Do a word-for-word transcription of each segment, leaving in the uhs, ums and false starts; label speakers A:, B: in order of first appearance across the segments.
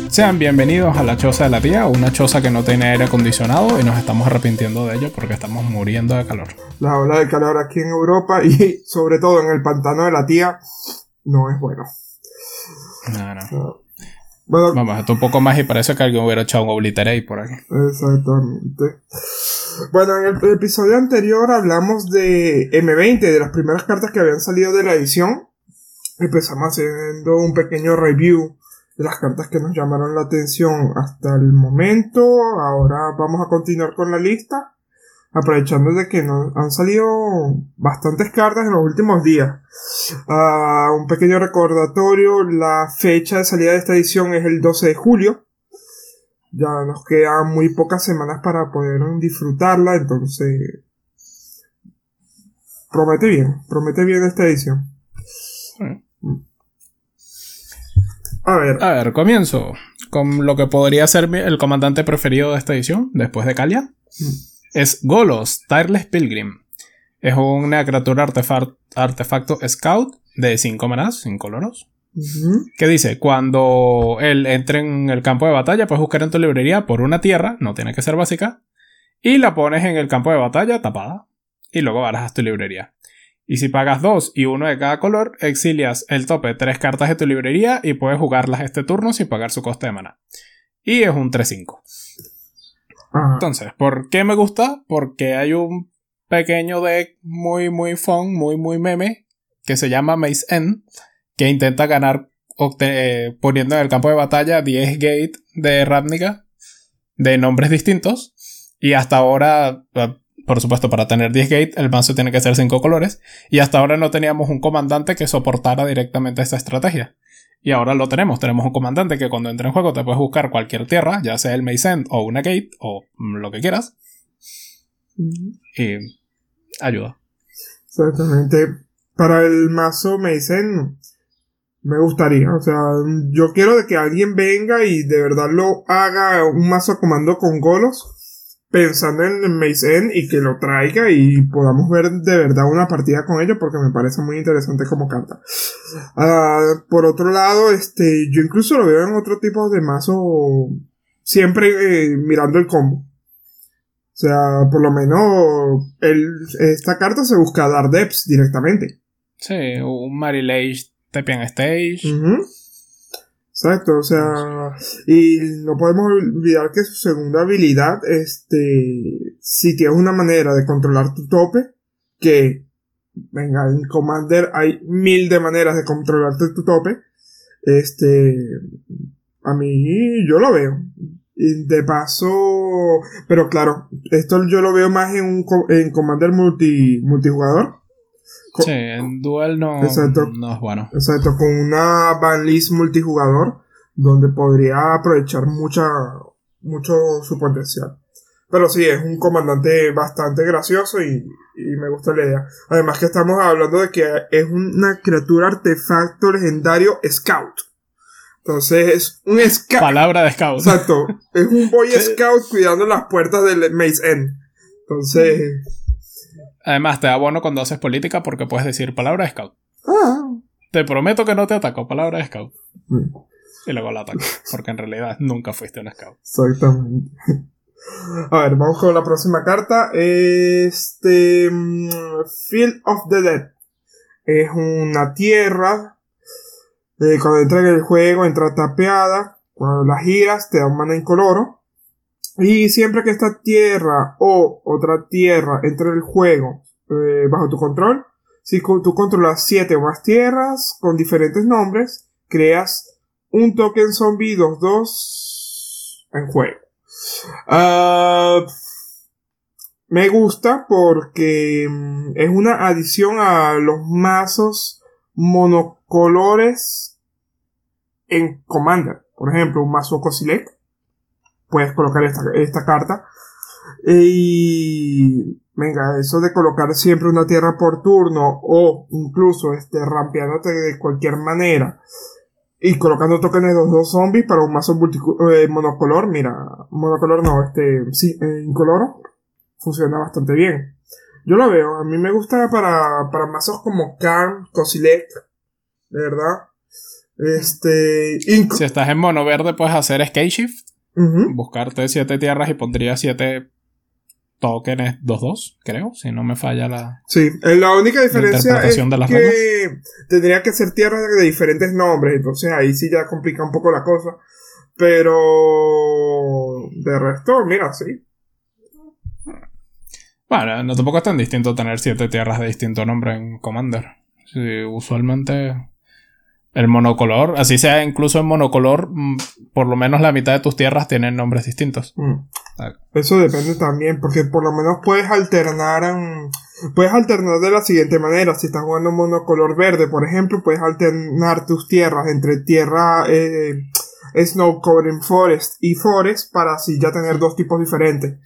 A: Sean bienvenidos a la choza de la tía, una choza que no tiene aire acondicionado y nos estamos arrepintiendo de ello porque estamos muriendo de calor.
B: La ola de calor aquí en Europa y sobre todo en el pantano de la tía no es bueno.
A: No, no.
B: No. Bueno,
A: vamos, esto un poco más y parece que alguien hubiera echado un obliterate por aquí.
B: Exactamente. Bueno, en el episodio anterior hablamos de eme veinte, de las primeras cartas que habían salido de la edición. Empezamos haciendo un pequeño review de las cartas que nos llamaron la atención hasta el momento. Ahora vamos a continuar con la lista, aprovechando de que nos han salido bastantes cartas en los últimos días. Uh, un pequeño recordatorio: la fecha de salida de esta edición es el doce de julio. Ya nos quedan muy pocas semanas para poder disfrutarla, entonces promete bien, promete bien esta edición.
A: Hmm.
B: A ver.
A: A ver, comienzo con lo que podría ser el comandante preferido de esta edición, después de Kaalia. Mm. Es Golos, Tireless Pilgrim. Es una criatura artefact- artefacto scout de cinco manás, cinco coloros.
B: Uh-huh.
A: Que dice, cuando él entre en el campo de batalla, puedes buscar en tu librería por una tierra, no tiene que ser básica, y la pones en el campo de batalla tapada, y luego barajas tu librería. Y si pagas dos y uno de cada color, exilias el tope tres cartas de tu librería y puedes jugarlas este turno sin pagar su coste de maná. Y es un tres cinco.
B: Uh-huh.
A: Entonces, ¿por qué me gusta? Porque hay un pequeño deck muy muy fun, muy muy meme, que se llama Maze End, que intenta ganar eh, poniendo en el campo de batalla diez gate de Ravnica de nombres distintos. Y hasta ahora, por supuesto, para tener diez gate, el mazo tiene que ser cinco colores. Y hasta ahora no teníamos un comandante que soportara directamente esta estrategia. Y ahora lo tenemos. Tenemos un comandante que cuando entra en juego te puedes buscar cualquier tierra, ya sea el Maze End o una gate, o lo que quieras.
B: Uh-huh.
A: Y ayuda.
B: Exactamente. Para el mazo Maze End me gustaría, o sea, yo quiero de que alguien venga y de verdad lo haga un mazo a comando con Golos, pensando en el Maze End, y que lo traiga y podamos ver de verdad una partida con ellos, porque me parece muy interesante como carta. Uh, por otro lado, este, yo incluso lo veo en otro tipo de mazo, siempre eh, mirando el combo. O sea, por lo menos el, esta carta se busca dar depths directamente.
A: Sí, un Marilage Tepian Stage.
B: Uh-huh. Exacto, o sea, y no podemos olvidar que su segunda habilidad, este, si tienes una manera de controlar tu tope, que, venga, en Commander hay mil de maneras de controlarte tu tope, este, a mí yo lo veo. Y de paso, pero claro, esto yo lo veo más en un en Commander multi, multijugador.
A: Sí, en Duel no,
B: exacto,
A: no es bueno.
B: Exacto, con una banlist multijugador donde podría aprovechar mucha, mucho su potencial. Pero sí, es un comandante bastante gracioso y, y me gusta la idea. Además que estamos hablando de que es una criatura artefacto legendario scout. Entonces es un scout.
A: Palabra de scout.
B: Exacto, es un boy
A: sí.
B: scout cuidando las puertas del Maze End. Entonces...
A: Además, te da bono cuando haces política porque puedes decir palabra de scout.
B: Ah.
A: Te prometo que no te ataco, palabra de scout.
B: Mm.
A: Y luego la ataco, porque en realidad nunca fuiste un scout.
B: Exactamente. A ver, vamos con la próxima carta. Este... Field of the Dead. Es una tierra. Eh, cuando entra en el juego, entra tapeada. Cuando la giras, te da un mana incoloro. Y siempre que esta tierra o otra tierra entre en el juego eh, bajo tu control, si tú controlas siete o más tierras con diferentes nombres, creas un token zombie dos dos en juego. Uh, me gusta porque um, es una adición a los mazos monocolores en Commander. Por ejemplo, un mazo Kozilek. Puedes colocar esta, esta carta. Y venga, eso de colocar siempre una tierra por turno, o incluso este, rampeándote de cualquier manera y colocando tokens de dos dos zombies para un mazo multi, eh, monocolor. Mira, monocolor no, este sí, eh, incoloro, funciona bastante bien. Yo lo veo, a mí me gusta para, para mazos como Karn, Kozilek, de verdad. Este.
A: Si estás en mono verde, puedes hacer Escape Shift.
B: Uh-huh.
A: Buscarte siete tierras y pondría siete tokens dos dos, creo. Si no me falla la.
B: Sí, la única diferencia
A: la
B: es
A: de las
B: que
A: reglas.
B: Tendría que ser tierras de diferentes nombres. Entonces ahí sí ya complica un poco la cosa. Pero. De resto, mira, sí.
A: Bueno, no tampoco es tan distinto tener siete tierras de distinto nombre en Commander. Sí, usualmente el monocolor, así sea incluso en monocolor, por lo menos la mitad de tus tierras tienen nombres distintos.
B: Mm. Eso depende también, porque por lo menos puedes alternar um, puedes alternar de la siguiente manera. Si estás jugando monocolor verde, por ejemplo, puedes alternar tus tierras entre tierra eh, Snow Covering Forest y Forest para así ya tener dos tipos diferentes.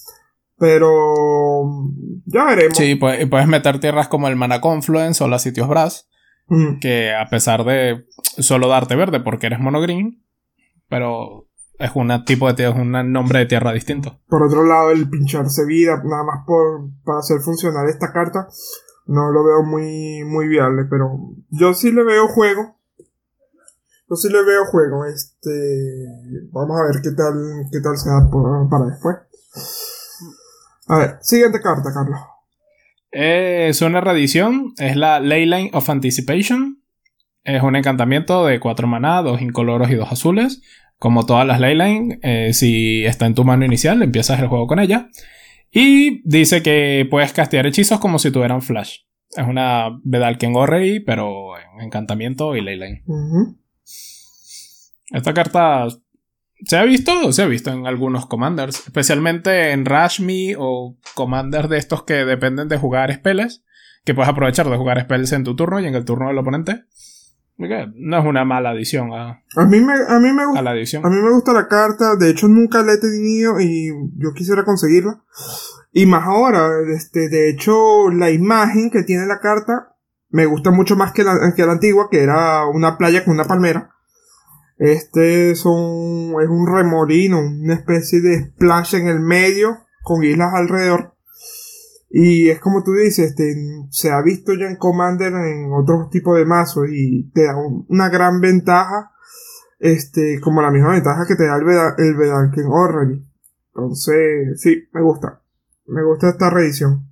B: Pero ya veremos.
A: Sí, pues, puedes meter tierras como el Mana Confluence o las Sitios Brass, mm. que a pesar de solo darte verde porque eres mono green, pero es un tipo de tierra, es un nombre de tierra distinto.
B: Por otro lado, el pincharse vida, nada más por para hacer funcionar esta carta, no lo veo muy, muy viable, pero yo sí le veo juego. Yo sí le veo juego. Este, vamos a ver qué tal, qué tal se da por, para después. A ver, siguiente carta, Carlos.
A: Es una reedición, es la Leyline of Anticipation. Es un encantamiento de cuatro maná, dos incoloros y dos azules. Como todas las Leyline, eh, si está en tu mano inicial, empiezas el juego con ella. Y dice que puedes castear hechizos como si tuvieran flash. Es una Vedalken Orrery, pero en encantamiento y Leyline.
B: Uh-huh.
A: Esta carta se ha visto, se ha visto en algunos commanders, especialmente en Rashmi o commanders de estos que dependen de jugar spells, que puedes aprovechar de jugar spells en tu turno y en el turno del oponente. No es una mala adición a,
B: a mí me a mí me gusta
A: a la edición.
B: A mí me gusta la carta, de hecho nunca la he tenido y yo quisiera conseguirla. Y más ahora, este, de hecho la imagen que tiene la carta me gusta mucho más que la, que la antigua, que era una playa con una palmera. Este es un, es un remolino, una especie de splash en el medio con islas alrededor. Y es como tú dices, este, se ha visto ya en Commander en otros tipos de mazos y te da un, una gran ventaja, este, como la misma ventaja que te da el, Veda, el Vedalken Orrery. Entonces, sí, me gusta. Me gusta esta reedición.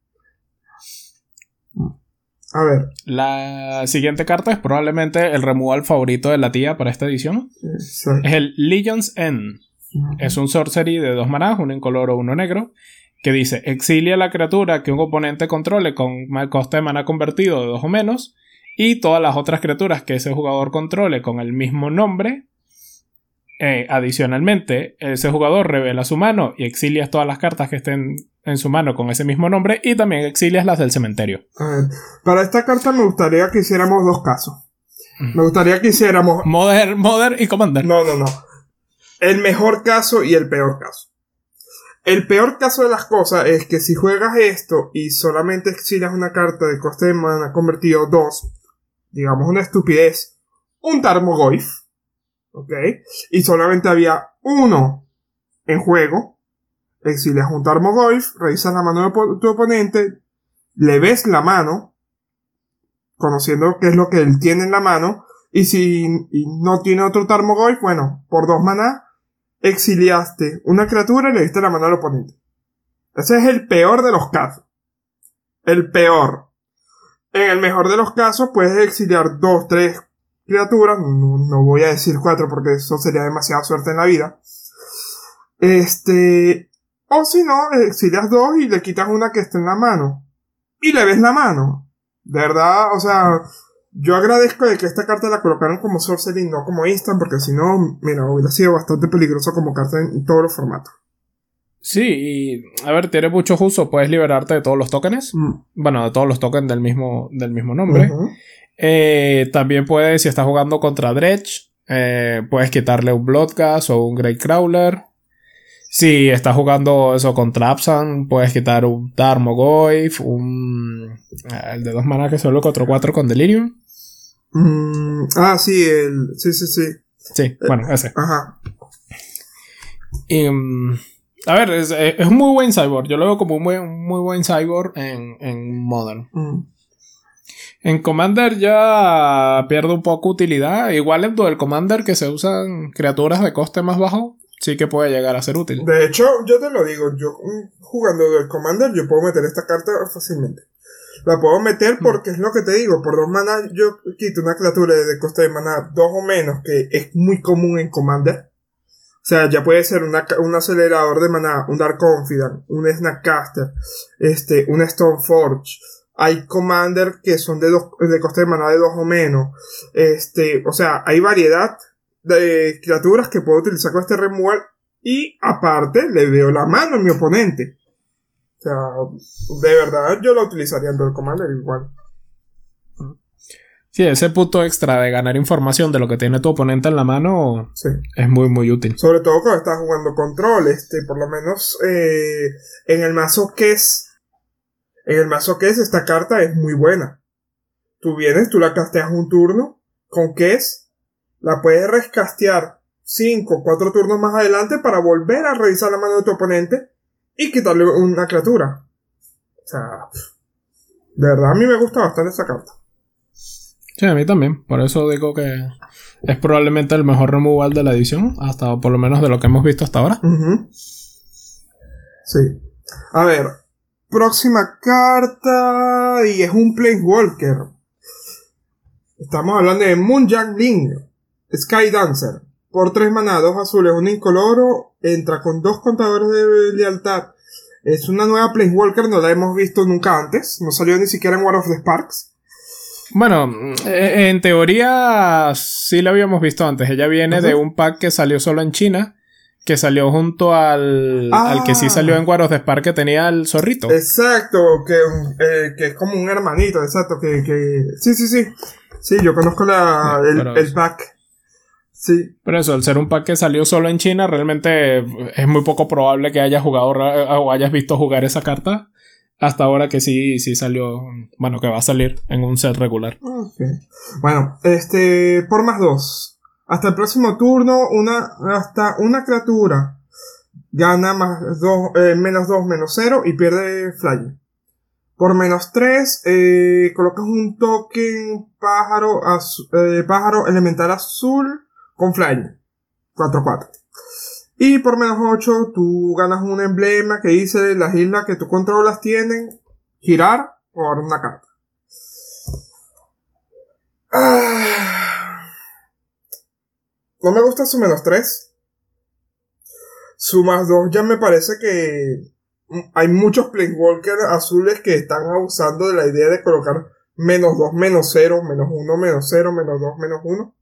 B: A ver.
A: La siguiente carta es probablemente el removal favorito de la tía para esta edición.
B: Exacto.
A: Es el Legion's End. Uh-huh. Es un sorcery de dos manás, uno incoloro, uno negro, que dice: exilia la criatura que un oponente controle con coste de maná convertido de dos o menos, y todas las otras criaturas que ese jugador controle con el mismo nombre. Eh, adicionalmente, ese jugador revela su mano y exilias todas las cartas que estén en su mano con ese mismo nombre, y también exilias las del cementerio.
B: A ver, para esta carta me gustaría que hiciéramos dos casos. Me gustaría que hiciéramos
A: Modern, Modern y Commander.
B: No, no, no. El mejor caso y el peor caso. El peor caso de las cosas es que si juegas esto y solamente exilias una carta de coste de mana convertido dos, digamos una estupidez, un Tarmogoyf, ¿ok? Y solamente había uno en juego, exilias un Tarmogoyf, revisas la mano de tu oponente, le ves la mano, conociendo qué es lo que él tiene en la mano, y si y no tiene otro Tarmogoyf, bueno, por dos maná, exiliaste una criatura y le diste la mano al oponente. Ese es el peor de los casos. El peor. En el mejor de los casos puedes exiliar dos, tres criaturas. No, no voy a decir cuatro porque eso sería demasiada suerte en la vida. Este... O si no, exilias dos y le quitas una que esté en la mano. Y le ves la mano. De verdad, o sea... Yo agradezco de que esta carta la colocaron como sorcery, no como instant, porque si no, mira, hubiera sido bastante peligroso como carta en todos los formatos.
A: Sí, y a ver, tiene muchos usos. Puedes liberarte de todos los tokens. Mm. Bueno, de todos los tokens del mismo, del mismo nombre. Uh-huh. Eh, también puedes, si estás jugando contra Dredge, eh, puedes quitarle un Bloodghast o un Great Crawler. Si estás jugando eso contra Absan, puedes quitar un Tarmogoyf, un... el de dos maná que solo cuatro cuatro con Delirium.
B: Mm, ah, sí, el... Sí, sí, sí.
A: Sí, eh, bueno, ese.
B: Ajá.
A: Y, um, a ver, es, es un muy buen cyborg. Yo lo veo como un muy, muy buen cyborg en, en Modern. Mm. En Commander ya pierde un poco utilidad. Igual en Duel Commander, que se usan criaturas de coste más bajo, sí que puede llegar a ser útil.
B: De hecho, yo te lo digo, yo jugando Duel Commander, yo puedo meter esta carta fácilmente. La puedo meter porque mm. es lo que te digo, por dos maná yo quito una criatura de coste de maná dos o menos, que es muy común en Commander. O sea, ya puede ser una, un acelerador de maná, un Dark Confidant, un Snapcaster, este, un Stoneforge. Hay Commander que son de, dos, de coste de maná de dos o menos. Este, o sea, hay variedad de criaturas que puedo utilizar con este removal. Y aparte, le veo la mano a mi oponente. O sea, de verdad yo la utilizaría en Duel Commander igual.
A: Sí, ese punto extra de ganar información de lo que tiene tu oponente en la mano sí. es muy muy útil.
B: Sobre todo cuando estás jugando control, este, por lo menos eh, en el mazo Kess, en el mazo Kess esta carta es muy buena. Tú vienes, tú la casteas un turno con Kess, la puedes rescastear cinco, cuatro turnos más adelante para volver a revisar la mano de tu oponente y quitarle una criatura. O sea, de verdad a mí me gusta bastante esa carta.
A: Sí, a mí también. Por eso digo que es probablemente el mejor removal de la edición, hasta por lo menos de lo que hemos visto hasta ahora.
B: Uh-huh. Sí. A ver, próxima carta y es un Planeswalker. Estamos hablando de Moonjang Ling, Sky Dancer. Por tres maná, dos azules, un incoloro, entra con dos contadores de lealtad. Es una nueva Planeswalker, no la hemos visto nunca antes. No salió ni siquiera en War of the Sparks.
A: Bueno, en teoría sí la habíamos visto antes. Ella viene uh-huh. de un pack que salió solo en China, que salió junto al, ah. al que sí salió en War of the Sparks, que tenía el zorrito.
B: Exacto, que, eh, que es como un hermanito, exacto, que, que... Sí, sí, sí. Sí, yo conozco la, sí, el, el pack. Sí.
A: Pero eso, al ser un pack que salió solo en China, realmente es muy poco probable que hayas jugado o hayas visto jugar esa carta. Hasta ahora que sí, sí salió, bueno, que va a salir en un set regular.
B: Okay. Bueno, este, por más dos. Hasta el próximo turno, una, hasta una criatura gana más dos, eh, menos dos, menos cero y pierde flying. Por menos tres, eh, colocas un token pájaro, azu- eh, pájaro elemental azul con flying. cuatro cuatro. Y por menos ocho, tú ganas un emblema que dice las islas que tú controlas tienen girar por una carta. Ah, no me gusta su menos tres. Su más dos ya me parece que hay muchos Planeswalkers azules que están abusando de la idea de colocar menos dos, menos cero, menos uno, menos cero, menos dos, menos uno.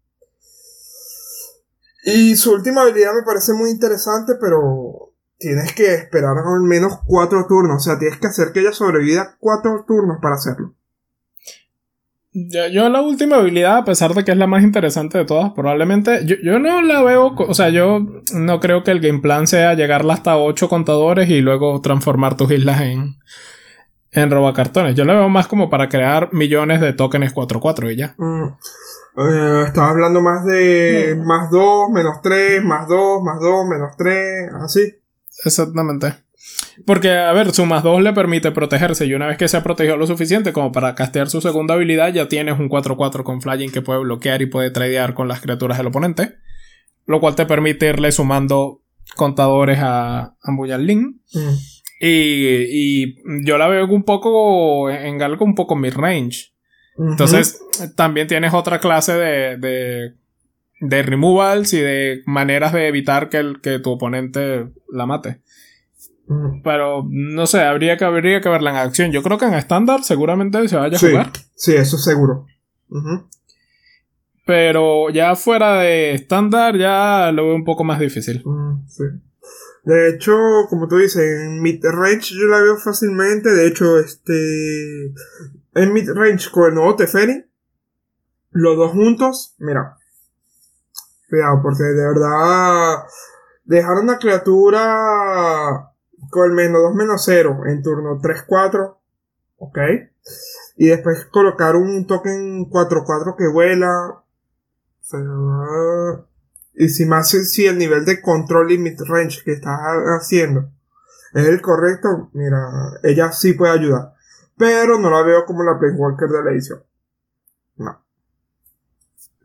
B: Y su última habilidad me parece muy interesante, pero tienes que esperar al menos cuatro turnos. O sea, tienes que hacer que ella sobreviva cuatro turnos para hacerlo.
A: Yo, yo la última habilidad, a pesar de que es la más interesante de todas, probablemente... Yo, yo no la veo... O sea, yo no creo que el game plan sea llegarla hasta ocho contadores y luego transformar tus islas en... en robacartones. Yo la veo más como para crear millones de tokens cuatro cuatro y ya.
B: Mm. Uh, estaba hablando más de mm. más dos, menos tres, más dos, más dos, menos tres, así.
A: Exactamente. Porque, a ver, su más dos le permite protegerse y una vez que se ha protegido lo suficiente como para castear su segunda habilidad, ya tienes un cuatro cuatro con flying que puede bloquear y puede tradear con las criaturas del oponente, lo cual te permite irle sumando contadores a, a Moonjang Ling. Mm. Y, y yo la veo un poco en algo un poco mid-range. Uh-huh. Entonces, también tienes otra clase de, de, de removals y de maneras de evitar que, el, que tu oponente la mate. Uh-huh. Pero, no sé, habría que, habría que verla en acción. Yo creo que en estándar seguramente se vaya a
B: sí,
A: jugar.
B: Sí, eso seguro. Uh-huh.
A: Pero ya fuera de estándar ya lo veo un poco más difícil.
B: Uh, sí. De hecho, como tú dices, en mid-range yo la veo fácilmente. De hecho, este... en mid-range con el nuevo Teferi, los dos juntos, mira. Cuidado, porque de verdad... dejar una criatura con el menos dos, menos cero en turno tres cuatro. Ok. Y después colocar un token cuatro cuatro que vuela. O sea... y si más si el nivel de control y mid-range que estás haciendo es el correcto, mira, ella sí puede ayudar. Pero no la veo como la Planeswalker de la edición.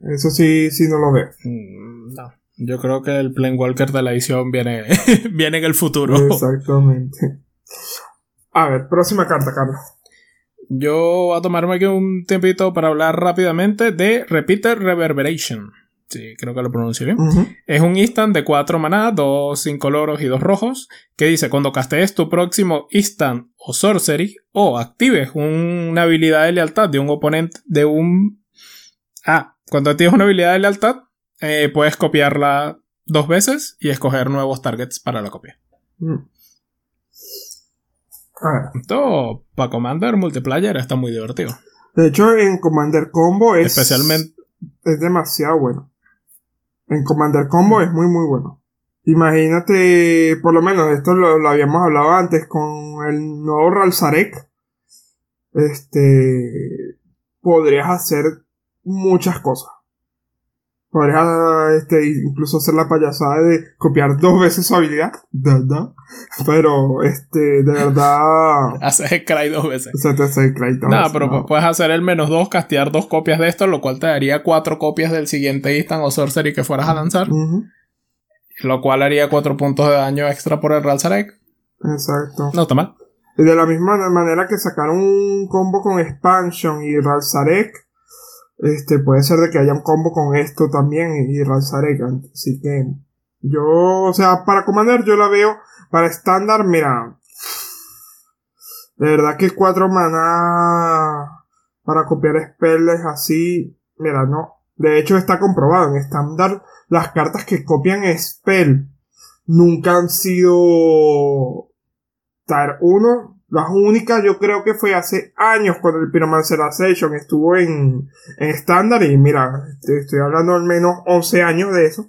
B: Eso sí, sí no lo veo.
A: Mm, no. Yo creo que el Planewalker de la edición viene, viene en el futuro.
B: Exactamente. A ver, próxima carta, Carlos.
A: Yo voy a tomarme aquí un tiempito para hablar rápidamente de Repeater Reverberation. Sí, creo que lo pronuncio bien.
B: Uh-huh.
A: Es un instant de cuatro maná, dos incoloros y dos rojos, que dice: cuando castees tu próximo instant o sorcery, o actives un- una habilidad de lealtad de un oponente, de un... Ah, cuando actives una habilidad de lealtad, eh, puedes copiarla dos veces y escoger nuevos targets para la copia.
B: Uh-huh. A ver.
A: Esto, para Commander Multiplayer, está muy divertido.
B: De hecho, en Commander Combo es...
A: Especialmente...
B: Es demasiado bueno. En Commander Combo es muy muy bueno. Imagínate, por lo menos esto lo, lo habíamos hablado antes con el nuevo Ralsarek. Este, podrías hacer muchas cosas. Podrías este, incluso hacer la payasada de copiar dos veces su habilidad. Da, da. Pero, este, de verdad...
A: Haces Cry dos veces.
B: Se te hace crédito.
A: Nada, pero no. Puedes hacer el menos dos, castear dos copias de esto, lo cual te daría cuatro copias del siguiente instant o sorcery que fueras a lanzar.
B: Uh-huh.
A: Lo cual haría cuatro puntos de daño extra por el Ralsarek.
B: Exacto.
A: No está mal.
B: Y de la misma manera que sacaron un combo con Expansion y Ralsarek, este, puede ser de que haya un combo con esto también y Ralsarek. Así que yo, o sea, para Commander yo la veo. Para estándar, mira, de verdad que cuatro maná para copiar spells así, mira, no. De hecho está comprobado en estándar, las cartas que copian spell nunca han sido Tier uno. Las únicas yo creo que fue hace años cuando el Pyromancer Ascension estuvo en en estándar y mira, te estoy hablando al menos once años de eso.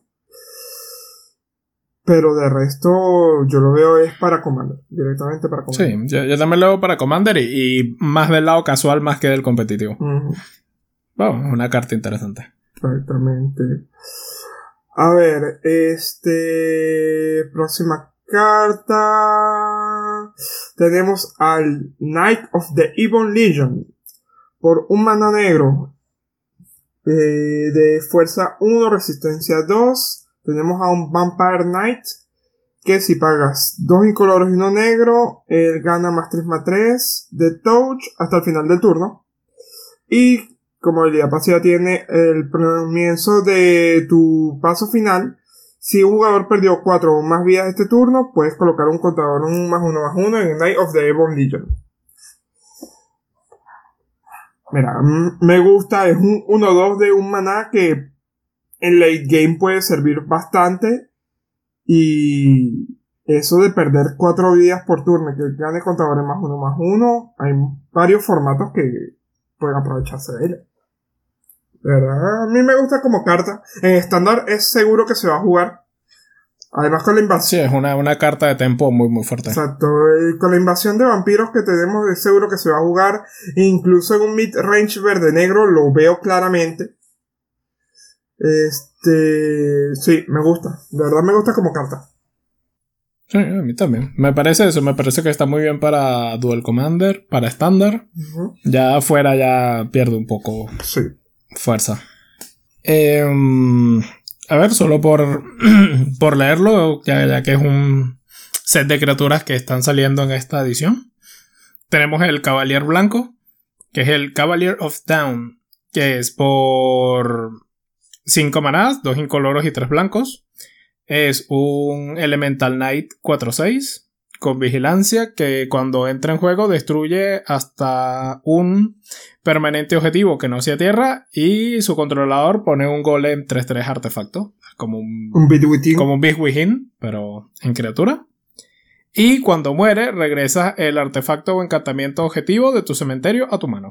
B: Pero de resto yo lo veo es para Commander, directamente para Commander.
A: Sí, yo, yo también lo veo para Commander y, y más del lado casual más que del competitivo.
B: Uh-huh.
A: Bueno, una carta interesante.
B: Exactamente. A ver, este... Próxima carta... Tenemos al Knight of the Ebon Legion. Por un mana negro. Eh, de fuerza uno, resistencia dos. Tenemos a un Vampire Knight. Que si pagas dos incoloros y uno negro, él gana más tres más tres de touch hasta el final del turno. Y como habilidad pasiva tiene el comienzo de tu paso final. Si un jugador perdió cuatro o más vidas este turno, puedes colocar un contador un más uno más uno en Knight of the Ebon Legion. Mira, m- me gusta, es un uno dos de un maná que en late game puede servir bastante. Y eso de perder cuatro vidas por turno, que gane contadores más uno más uno, hay varios formatos que pueden aprovecharse de ella. De verdad, a mí me gusta como carta. En estándar es seguro que se va a jugar. Además con la invasión.
A: Sí, es una, una carta de tempo muy muy fuerte.
B: Exacto. Y con la invasión de vampiros que tenemos es seguro que se va a jugar. Incluso en un mid-range verde-negro lo veo claramente. Este... Sí, me gusta. De verdad me gusta como carta.
A: Sí, a mí también. Me parece eso, me parece que está muy bien para Duel Commander, para estándar.
B: Uh-huh.
A: Ya afuera ya pierde un poco.
B: Sí.
A: Fuerza. Eh, a ver, solo por, por leerlo, ya, ya que es un set de criaturas que están saliendo en esta edición. Tenemos el Cavalier Blanco, que es el Cavalier of Down, que es por cinco manás, dos incoloros y tres blancos. Es un Elemental Knight cuatro seis con vigilancia que cuando entra en juego destruye hasta un permanente objetivo que no sea tierra y su controlador pone un golem tres tres artefacto como un,
B: un Big Within.
A: como un Big Within, pero en criatura. Y cuando muere regresa el artefacto o encantamiento objetivo de tu cementerio a tu mano.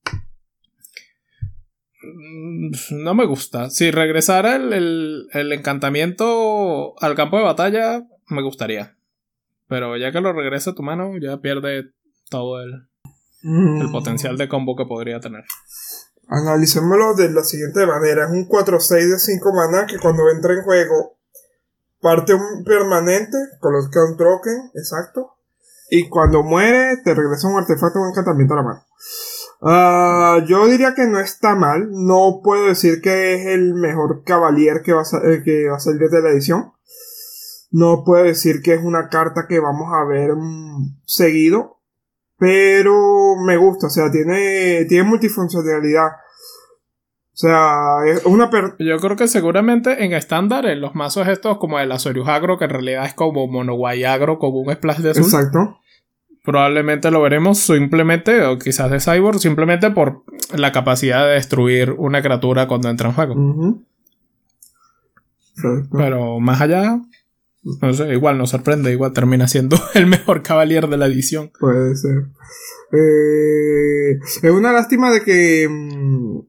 A: No me gusta. Si regresara el, el, el encantamiento al campo de batalla, me gustaría. Pero ya que lo regresa a tu mano, ya pierde todo el, mm. el potencial de combo que podría tener.
B: Analicémoslo de la siguiente manera. Es un cuatro seis de cinco maná que cuando entra en juego parte un permanente, coloca un token, exacto. Y cuando muere, te regresa un artefacto o un encantamiento a la mano. Uh, yo diría que no está mal. No puedo decir que es el mejor Cavalier que va a, sa- eh, que va a salir de la edición. No puedo decir que es una carta que vamos a ver mm, seguido. Pero me gusta. O sea, tiene, tiene multifuncionalidad. O sea, es una... Per-
A: Yo creo que seguramente en estándar, en los mazos estos como el Azorius Agro, que en realidad es como Monowai Agro con un splash de azul.
B: Exacto.
A: Probablemente lo veremos simplemente, o quizás de Cyborg, simplemente por la capacidad de destruir una criatura cuando entra en juego.
B: Uh-huh. Exacto.
A: Pero más allá, no sé, igual nos sorprende, igual termina siendo el mejor Cavalier de la edición.
B: Puede ser. Eh, es una lástima de que mm,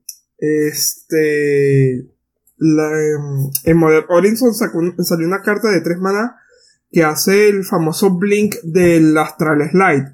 B: este la, em, en Modern Horizon sacó un- salió una carta de tres maná que hace el famoso blink del Astral Slide.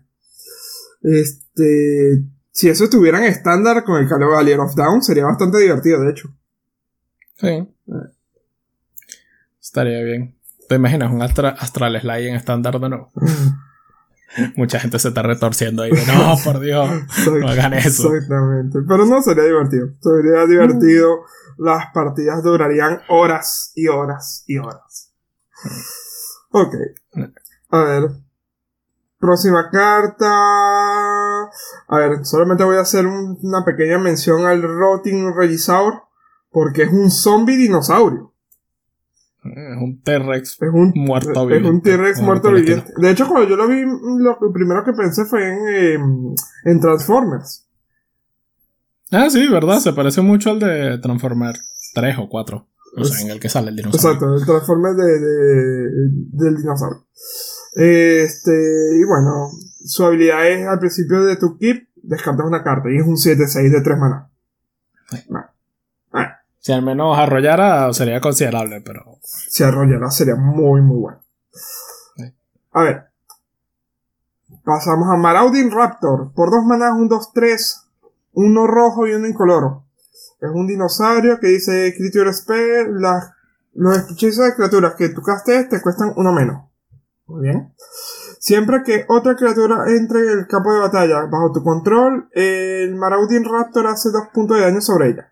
B: Este, si eso estuviera en estándar con el Cavalier of Dawn sería bastante divertido, de hecho.
A: Sí. Estaría bien. ¿Te imaginas un Astra- Astral Slide en estándar de nuevo? Mucha gente se está retorciendo ahí. De, no, por Dios, no hagan eso.
B: Exactamente. Pero no, sería divertido. Sería divertido. Las partidas durarían horas y horas y horas. Ok. A ver. Próxima carta. A ver, solamente voy a hacer un- una pequeña mención al Rotting Regisaur. Porque es un zombie dinosaurio.
A: Es un T-Rex
B: Es un
A: muerto
B: Es
A: viviente.
B: un T-Rex
A: o
B: muerto
A: por el estilo.
B: viviente. De hecho, cuando yo lo vi, lo primero que pensé fue en, eh, en Transformers.
A: Ah, sí, verdad. Se parece mucho al de Transformer tres o cuatro. No sé, en el que sale el dinosaurio.
B: Exacto, el Transformers de, de- del dinosaurio. Este, y bueno, su habilidad es al principio de tu keep, descartas una carta y es un siete seis de tres maná.
A: Sí.
B: Nah. Ah,
A: Si al menos arrollara sería considerable, pero...
B: si arrollara sería muy, muy bueno.
A: Sí.
B: A ver. Pasamos a Marauding Raptor. Por dos manás, un dos tres, uno rojo y uno incoloro. Es un dinosaurio que dice Creature Spell. Las, los hechizos de criaturas que tú castes te cuestan uno menos. Muy bien. Siempre que otra criatura entre en el campo de batalla bajo tu control, el Marauding Raptor hace dos puntos de daño sobre ella.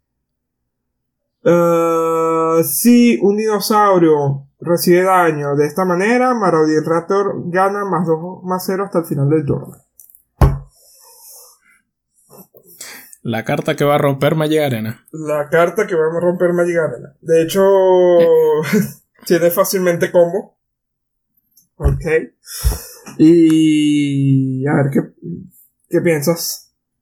B: Uh, si un dinosaurio recibe daño de esta manera, Marauding Raptor gana más dos más cero hasta el final del turno.
A: La carta que va a romper Magic Arena.
B: La carta que vamos a romper Magic Arena. De hecho, tiene fácilmente combo. Ok. Y... a ver, ¿qué, qué piensas?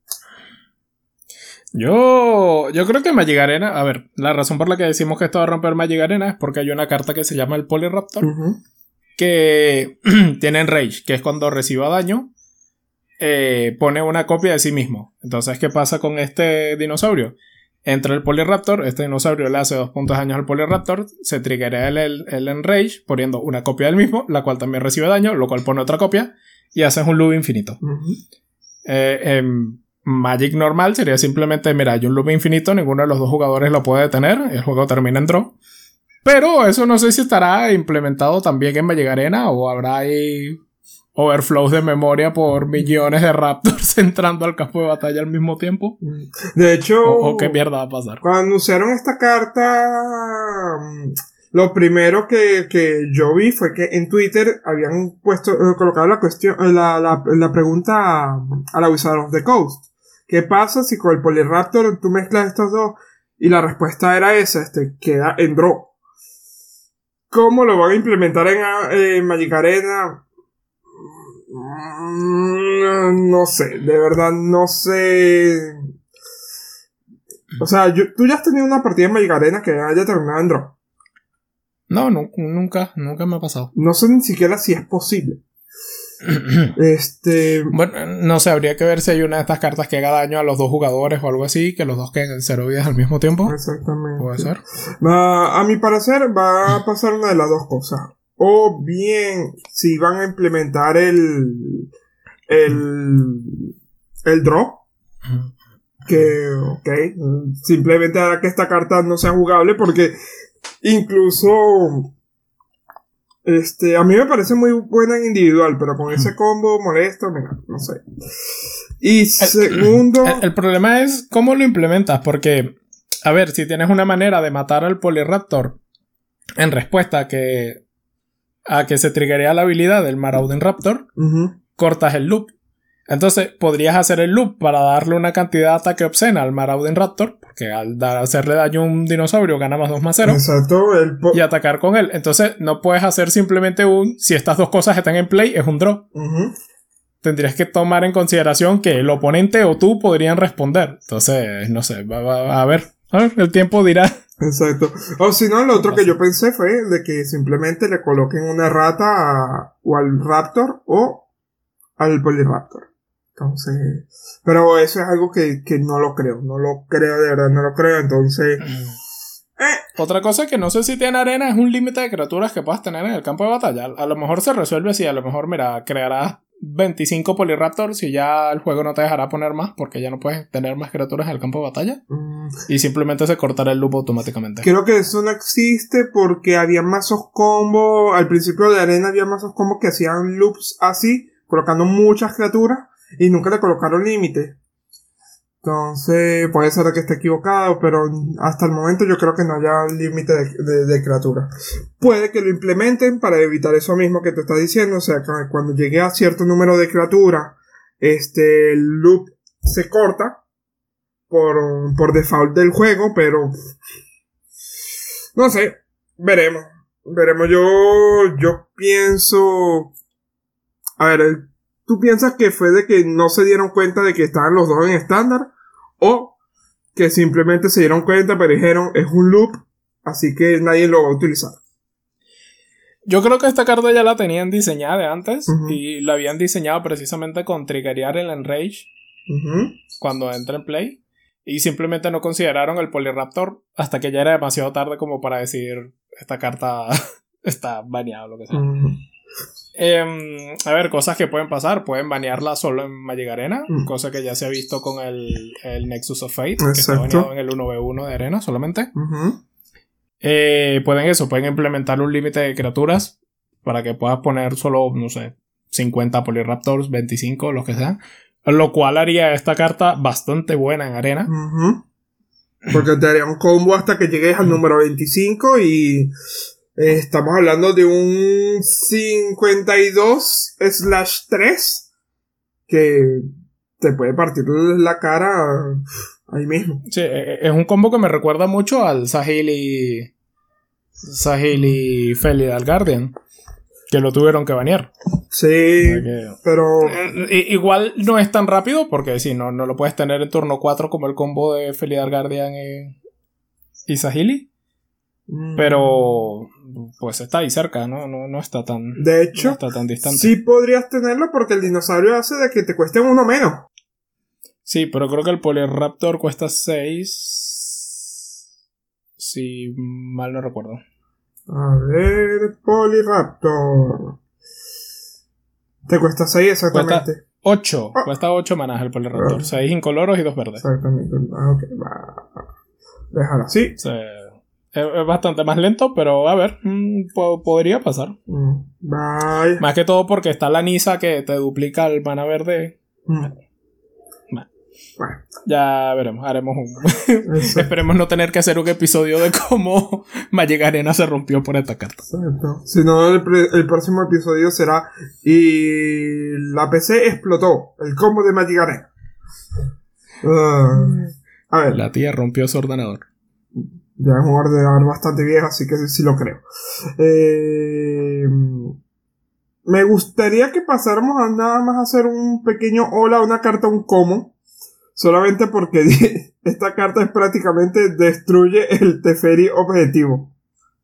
A: Yo, yo creo que Magic Arena, a ver, la razón por la que decimos que esto va a romper Magic Arena es porque hay una carta que se llama el Polyraptor,
B: Uh-huh.
A: que tiene Enrage, que es cuando reciba daño, eh, pone una copia de sí mismo. Entonces, ¿qué pasa con este dinosaurio? Entra el Polyraptor, este dinosaurio le hace dos puntos de daño al Polyraptor, se triggera el, el, el Enrage poniendo una copia del mismo, la cual también recibe daño, lo cual pone otra copia, y haces un loop infinito.
B: Uh-huh.
A: Eh, em, Magic normal sería simplemente, mira, hay un loop infinito, ninguno de los dos jugadores lo puede detener, el juego termina en draw. Pero eso no sé si estará implementado también en Magic Arena o habrá ahí overflows de memoria por millones de Raptors entrando al campo de batalla al mismo tiempo.
B: De hecho,
A: O, o qué mierda va a pasar.
B: cuando anunciaron esta carta, mm, lo primero que, que yo vi fue que en Twitter habían puesto, eh, colocado la cuestión, eh, la, la, la pregunta a, a la Wizard of the Coast. ¿Qué pasa si con el Polyraptor tú mezclas estos dos? Y la respuesta era esa, este, queda en draw. ¿Cómo lo van a implementar en, en Magic Arena? Mm, No sé, de verdad no sé. O sea, yo, tú ya has tenido una partida en Magic Arena que haya terminado en draw.
A: No, no, nunca, nunca me ha pasado.
B: No sé ni siquiera si es posible. Este.
A: Bueno, no sé, habría que ver si hay una de estas cartas que haga daño a los dos jugadores o algo así, que los dos queden en cero vidas al mismo tiempo.
B: Exactamente.
A: Puede ser.
B: Va, a mi parecer va a pasar una de las dos cosas. O bien, si van a implementar el. El. El draw. Que, ok, simplemente hará que esta carta no sea jugable porque incluso Este, a mí me parece muy buena en individual, pero con ese combo molesto, mira, no sé. Y
A: El,
B: segundo...
A: el, el problema es cómo lo implementas, porque, a ver, si tienes una manera de matar al Polyraptor en respuesta a que, a que se triggerea la habilidad del Marauding Raptor,
B: uh-huh.
A: cortas el loop. Entonces, podrías hacer el loop para darle una cantidad de ataque obscena al Marauding Raptor, porque al dar, hacerle daño a un dinosaurio gana más dos más cero.
B: Exacto. El po-
A: y atacar con él. Entonces, no puedes hacer simplemente un... Si estas dos cosas están en play, es un draw.
B: Uh-huh.
A: Tendrías que tomar en consideración que el oponente o tú podrían responder. Entonces, no sé, va, va, a ver. A ver, el tiempo dirá.
B: Exacto. O si no, lo otro que yo pensé fue de que simplemente le coloquen una rata a, o al Raptor o al Polyraptor. Entonces, pero eso es algo que, que no lo creo, no lo creo, de verdad, no lo creo, entonces... Eh.
A: Otra cosa que no sé si tiene arena es un límite de criaturas que puedas tener en el campo de batalla. A lo mejor se resuelve así, a lo mejor, mira, crearás veinticinco Polyraptors y ya el juego no te dejará poner más porque ya no puedes tener más criaturas en el campo de batalla.
B: Mm.
A: Y simplemente se cortará el loop automáticamente.
B: Creo que eso no existe porque había mazos combo, al principio de arena había mazos combo que hacían loops así, colocando muchas criaturas. Y nunca le colocaron límite. Entonces, puede ser que esté equivocado, pero hasta el momento yo creo que no haya límite de, de, de criaturas. Puede que lo implementen para evitar eso mismo que te está diciendo. O sea, que cuando llegue a cierto número de criaturas, este, el loop se corta por, por default del juego, pero no sé, veremos. Veremos, yo, yo pienso... A ver, el ¿tú piensas que fue de que no se dieron cuenta de que estaban los dos en estándar? ¿O que simplemente se dieron cuenta pero dijeron es un loop, así que nadie lo va a utilizar?
A: Yo creo que esta carta ya la tenían diseñada de antes. Uh-huh. Y la habían diseñado precisamente con triggerear el Enrage
B: uh-huh.
A: cuando entra en play. Y simplemente no consideraron el Polyraptor hasta que ya era demasiado tarde como para decir esta carta está baneada o lo que sea.
B: Uh-huh.
A: Eh, a ver, cosas que pueden pasar. Pueden banearla solo en Magic Arena,
B: mm.
A: cosa que ya se ha visto con el, el Nexus of Fate.
B: Exacto.
A: Que está baneado en el uno ve uno de Arena solamente.
B: uh-huh.
A: eh, Pueden eso, pueden implementar un límite de criaturas para que puedas poner solo, no sé, cincuenta Polyraptors, veinticinco, los que sean, lo cual haría esta carta bastante buena en Arena.
B: uh-huh. Porque te haría un combo hasta que llegues al número veinticinco y... estamos hablando de un cincuenta y dos slash tres que te puede partir la cara ahí mismo.
A: Sí, es un combo que me recuerda mucho al Saheeli Saheeli Felidal Guardian, que lo tuvieron que banear.
B: Sí,
A: que,
B: pero...
A: Eh, igual no es tan rápido porque sí, no, no lo puedes tener en turno cuatro como el combo de Felidal Guardian y, y Saheeli. Pero pues está ahí cerca, ¿no? No, no está tan...
B: De hecho,
A: no está tan distante.
B: Sí podrías tenerlo porque el dinosaurio hace de que te cueste uno menos.
A: Sí, pero creo que el Polyraptor cuesta seis. Si mal no recuerdo.
B: A ver, Polyraptor. Te cuesta seis exactamente.
A: Cuesta ocho.
B: Oh.
A: Cuesta ocho manas el Polyraptor.
B: Oh.
A: seis incoloros y dos verdes.
B: Exactamente. Ah, ok, va. Déjalo así.
A: Sí. Es bastante más lento, pero a ver, mmm, podría pasar.
B: Mm, bye.
A: Más que todo porque está la Nisa que te duplica el mana verde.
B: Mm.
A: Bueno,
B: bueno.
A: Ya veremos, haremos un... Esperemos no tener que hacer un episodio de cómo Magic Arena se rompió por esta carta.
B: Exacto. Si no, el, el próximo episodio será y la P C explotó. El combo de Magic Arena. Uh, a ver.
A: La tía rompió su ordenador.
B: Ya es un ordenador bastante viejo, así que sí lo creo. Eh, me gustaría que pasáramos a nada más a hacer un pequeño hola, una carta, un como. Solamente porque esta carta es prácticamente destruye el Teferi objetivo.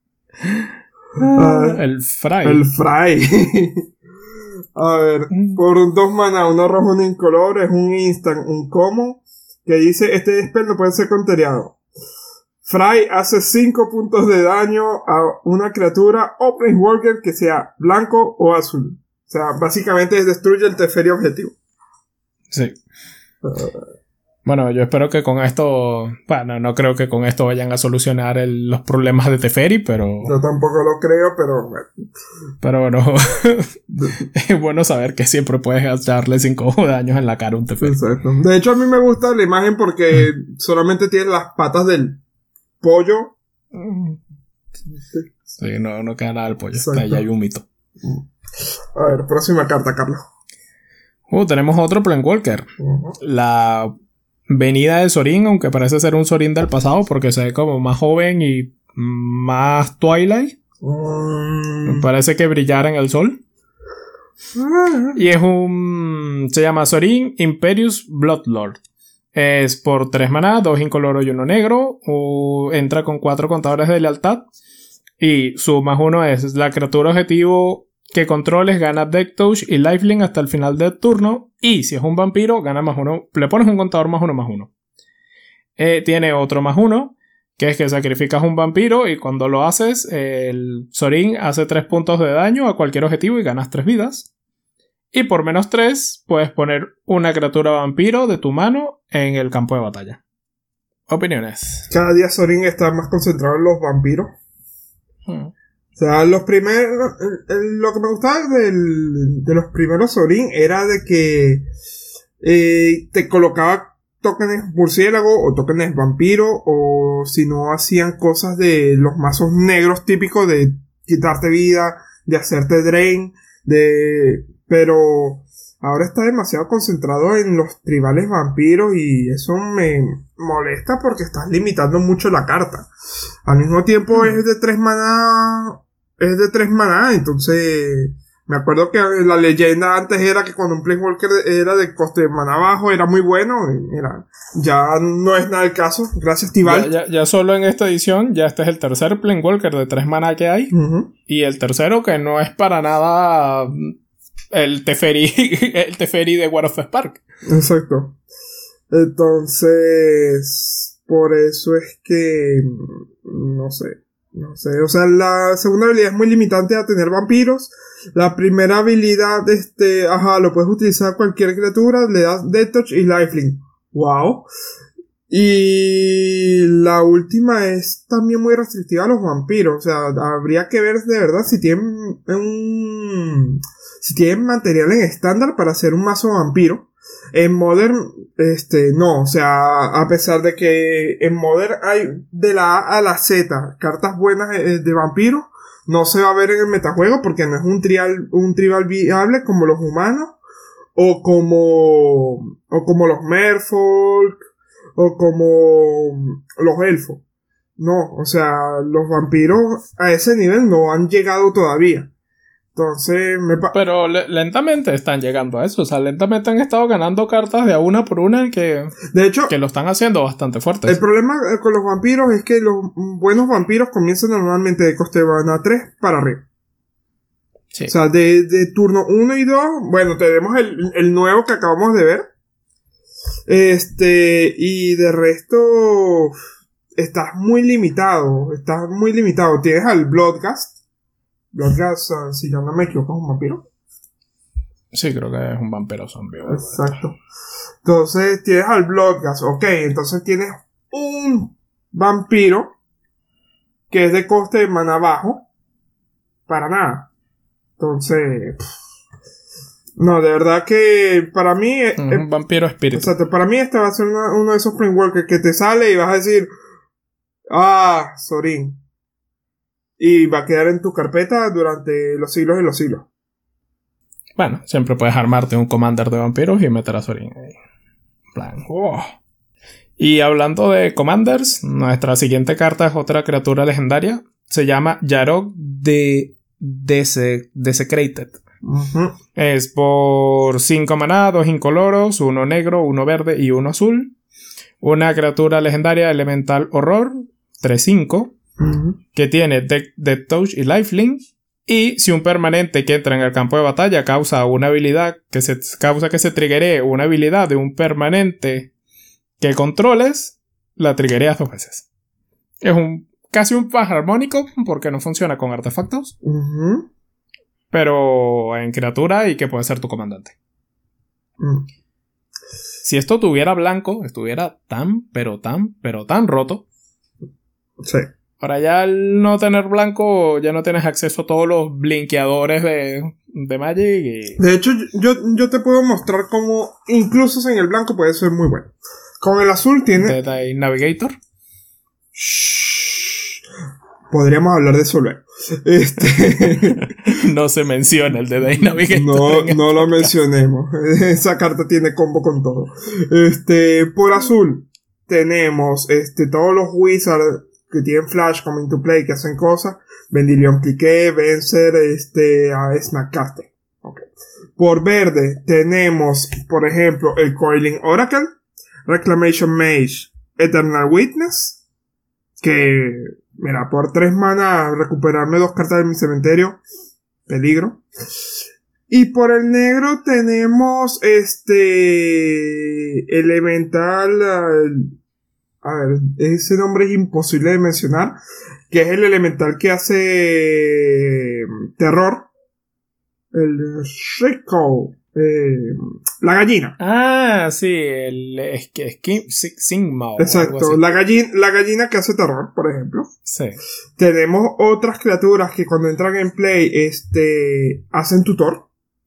A: Ah, uh, el Fry.
B: El Fry. A ver, por un dos mana, uno rojo, uno incolor, es un instant, un como, que dice, este spell no puede ser countereado. Fry hace cinco puntos de daño a una criatura o Planeswalker que sea blanco o azul. O sea, básicamente destruye el Teferi objetivo.
A: Sí.
B: Uh,
A: Bueno, yo espero que con esto... Bueno, no creo que con esto vayan a solucionar el, los problemas de Teferi, pero...
B: Yo tampoco lo creo, pero... Bueno.
A: Pero bueno, es bueno saber que siempre puedes echarle cinco daños en la cara a un Teferi.
B: Exacto. De hecho, a mí me gusta la imagen porque solamente tiene las patas del pollo.
A: Sí, no, no queda nada del pollo.
B: Exacto.
A: Ahí hay un mito.
B: A ver, próxima carta, Carlos.
A: Uh, tenemos otro Planewalker.
B: Uh-huh.
A: La venida de Zorin, aunque parece ser un Zorin del pasado porque se ve como más joven y más Twilight.
B: Um...
A: Parece que brillara en el sol. Uh-huh. Y es un... Se llama Zorin Imperious Bloodlord. Es por tres maná, dos incoloro y uno negro. Uh, entra con cuatro contadores de lealtad. Y su más uno es la criatura objetivo que controles gana Death Touch y Lifelink hasta el final del turno. Y si es un vampiro, gana más uno. Le pones un contador más uno más uno. Eh, tiene otro más uno, que es que sacrificas un vampiro y cuando lo haces, el Zorin hace tres puntos de daño a cualquier objetivo y ganas tres vidas. Y por menos tres, puedes poner una criatura vampiro de tu mano en el campo de batalla. Opiniones.
B: Cada día Zorin está más concentrado en los vampiros. Hmm. O sea, los primeros... El, el, lo que me gustaba del, de los primeros Zorin era de que eh, te colocaba tokens murciélago o tokens vampiro, o si no hacían cosas de los mazos negros típicos de quitarte vida, de hacerte drain, de... Pero ahora está demasiado concentrado en los tribales vampiros y eso me molesta porque estás limitando mucho la carta. Al mismo tiempo mm. es de tres maná, es de tres maná, entonces me acuerdo que la leyenda antes era que cuando un Planewalker era de coste de maná bajo era muy bueno, era, ya no es nada el caso, gracias Tibalt.
A: Ya, ya, ya solo en esta edición ya este es el tercer Planewalker de tres maná que hay, uh-huh. Y el tercero que no es para nada... El Teferi, el Teferi de War of the Spark.
B: Exacto. Entonces, por eso es que, no sé, no sé. O sea, la segunda habilidad es muy limitante a tener vampiros. La primera habilidad, este, ajá, lo puedes utilizar cualquier criatura, le das Death Touch y Lifelink. Wow. Y la última es también muy restrictiva a los vampiros. O sea, habría que ver de verdad si tienen un... Si tienen material en estándar para hacer un mazo vampiro. En Modern, este, no. O sea, a pesar de que en Modern hay de la A a la Z cartas buenas de vampiro, no se va a ver en el metajuego porque no es un tribal, un tribal viable como los humanos, o como, o como los Merfolk, o como los elfos. No, o sea, los vampiros a ese nivel no han llegado todavía. Entonces, me pa-
A: Pero le- lentamente están llegando a eso. O sea, lentamente han estado ganando cartas de a una por una que,
B: de hecho,
A: que lo están haciendo bastante fuertes.
B: El problema con los vampiros es que los buenos vampiros comienzan normalmente de coste de maná tres para arriba. Sí. O sea, de, de turno uno y dos, bueno, tenemos el, el nuevo que acabamos de ver. Este, y de resto, estás muy limitado. Estás muy limitado. Tienes al Bloodghast. Bloodghast, uh, si yo no me equivoco, es un vampiro.
A: Sí, creo que es un vampiro zombie.
B: Exacto. Entonces tienes al Bloodghast. Ok, entonces tienes un vampiro que es de coste de maná bajo. Para nada. Entonces... Pff, no, de verdad que para mí... Es,
A: un eh, vampiro espíritu.
B: Exacto, para mí este va a ser una, uno de esos frameworks que te sale y vas a decir... Ah, Zorin. Y va a quedar en tu carpeta durante los siglos y los siglos.
A: Bueno, siempre puedes armarte un commander de vampiros y meter a Zorin ahí. En plan, wow. Y hablando de commanders, nuestra siguiente carta es otra criatura legendaria. Se llama Yarok de Dese- Desecrated. Uh-huh. Es por cinco maná, dos incoloros, uno negro, uno verde y uno azul. Una criatura legendaria elemental horror, tres cinco. Uh-huh. Que tiene Death de Touch y Lifelink. Y si un permanente que entra en el campo de batalla causa una habilidad que se causa que se triggeree una habilidad de un permanente que controles, la triggereas dos veces. Es un casi un pack armónico porque no funciona con artefactos. Uh-huh. Pero en criatura y que puede ser tu comandante.
B: Uh-huh.
A: Si esto tuviera blanco, estuviera tan, pero tan, pero tan roto.
B: Sí.
A: Para ya al no tener blanco, ya no tienes acceso a todos los blinkeadores de, de Magic. Y...
B: De hecho, yo, yo te puedo mostrar cómo incluso en el blanco puede ser muy bueno. Con el azul tiene...
A: Dead Navigator.
B: Shhh. Podríamos hablar de eso luego. Este...
A: No se menciona el Dead Navigator.
B: No, no lo mencionemos. Esa carta tiene combo con todo. Este, por azul tenemos este, todos los Wizards que tienen Flash, Come into Play, que hacen cosas. Vendilion Clique, Vencer, este, a Snackcaster. Okay. Por verde tenemos, por ejemplo, el Coiling Oracle, Reclamation Mage, Eternal Witness, que, mira, por tres mana recuperarme dos cartas de mi cementerio, peligro. Y por el negro tenemos este Elemental, uh, a ver, ese nombre es imposible de mencionar, que es el elemental que hace terror, el Shriko, eh, la gallina.
A: Ah, sí, el es que es Sigma.
B: Exacto, la gallina, la gallina que hace terror, por ejemplo.
A: Sí.
B: Tenemos otras criaturas que cuando entran en play, este, hacen tutor.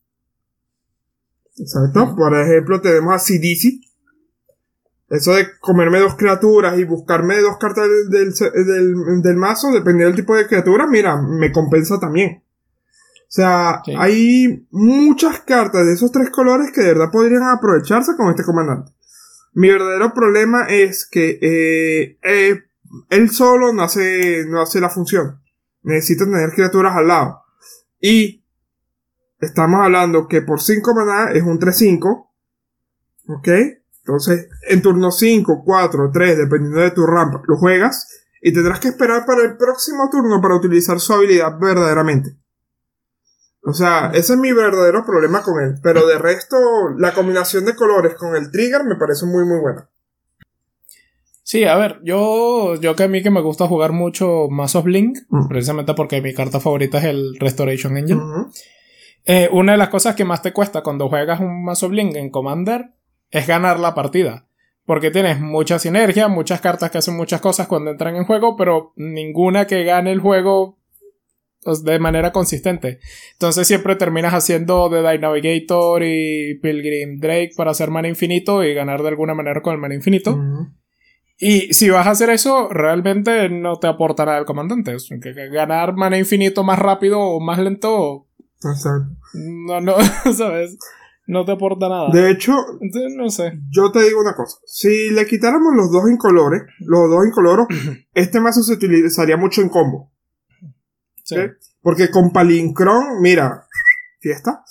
B: Exacto, mm. Por ejemplo tenemos a Sidisi. Eso de comerme dos criaturas y buscarme dos cartas del, del, del, del mazo, dependiendo del tipo de criatura, mira, me compensa también. O sea, sí. Hay muchas cartas de esos tres colores que de verdad podrían aprovecharse con este comandante. Mi verdadero problema es que eh, eh, él solo no hace, no hace la función. Necesito tener criaturas al lado. Y estamos hablando que por cinco maná es un tres cinco. ¿Ok? Entonces, en turno cinco, cuatro, tres, dependiendo de tu rampa, lo juegas y tendrás que esperar para el próximo turno para utilizar su habilidad verdaderamente. O sea, ese es mi verdadero problema con él. Pero de resto, la combinación de colores con el trigger me parece muy muy buena.
A: Sí, a ver, yo, yo que a mí que me gusta jugar mucho mazos Blink, mm. precisamente porque mi carta favorita es el Restoration Angel. Mm-hmm. Eh, una de las cosas que más te cuesta cuando juegas un mazo Blink en Commander es ganar la partida, porque tienes mucha sinergia, muchas cartas que hacen muchas cosas cuando entran en juego, pero ninguna que gane el juego de manera consistente. Entonces siempre terminas haciendo Dead Navigator y Pilgrim Drake para hacer mana infinito y ganar de alguna manera con el mana infinito. Uh-huh. Y si vas a hacer eso, realmente no te aporta nada el comandante. Es que ganar mana infinito más rápido o más lento.
B: Exacto.
A: No, no, ¿sabes? No te aporta nada.
B: De hecho,
A: entonces, no sé.
B: Yo te digo una cosa. Si le quitáramos los dos incolores, los dos incoloros, este mazo se utilizaría mucho en combo. Sí. ¿Okay? Porque con Palincron, mira, fiesta.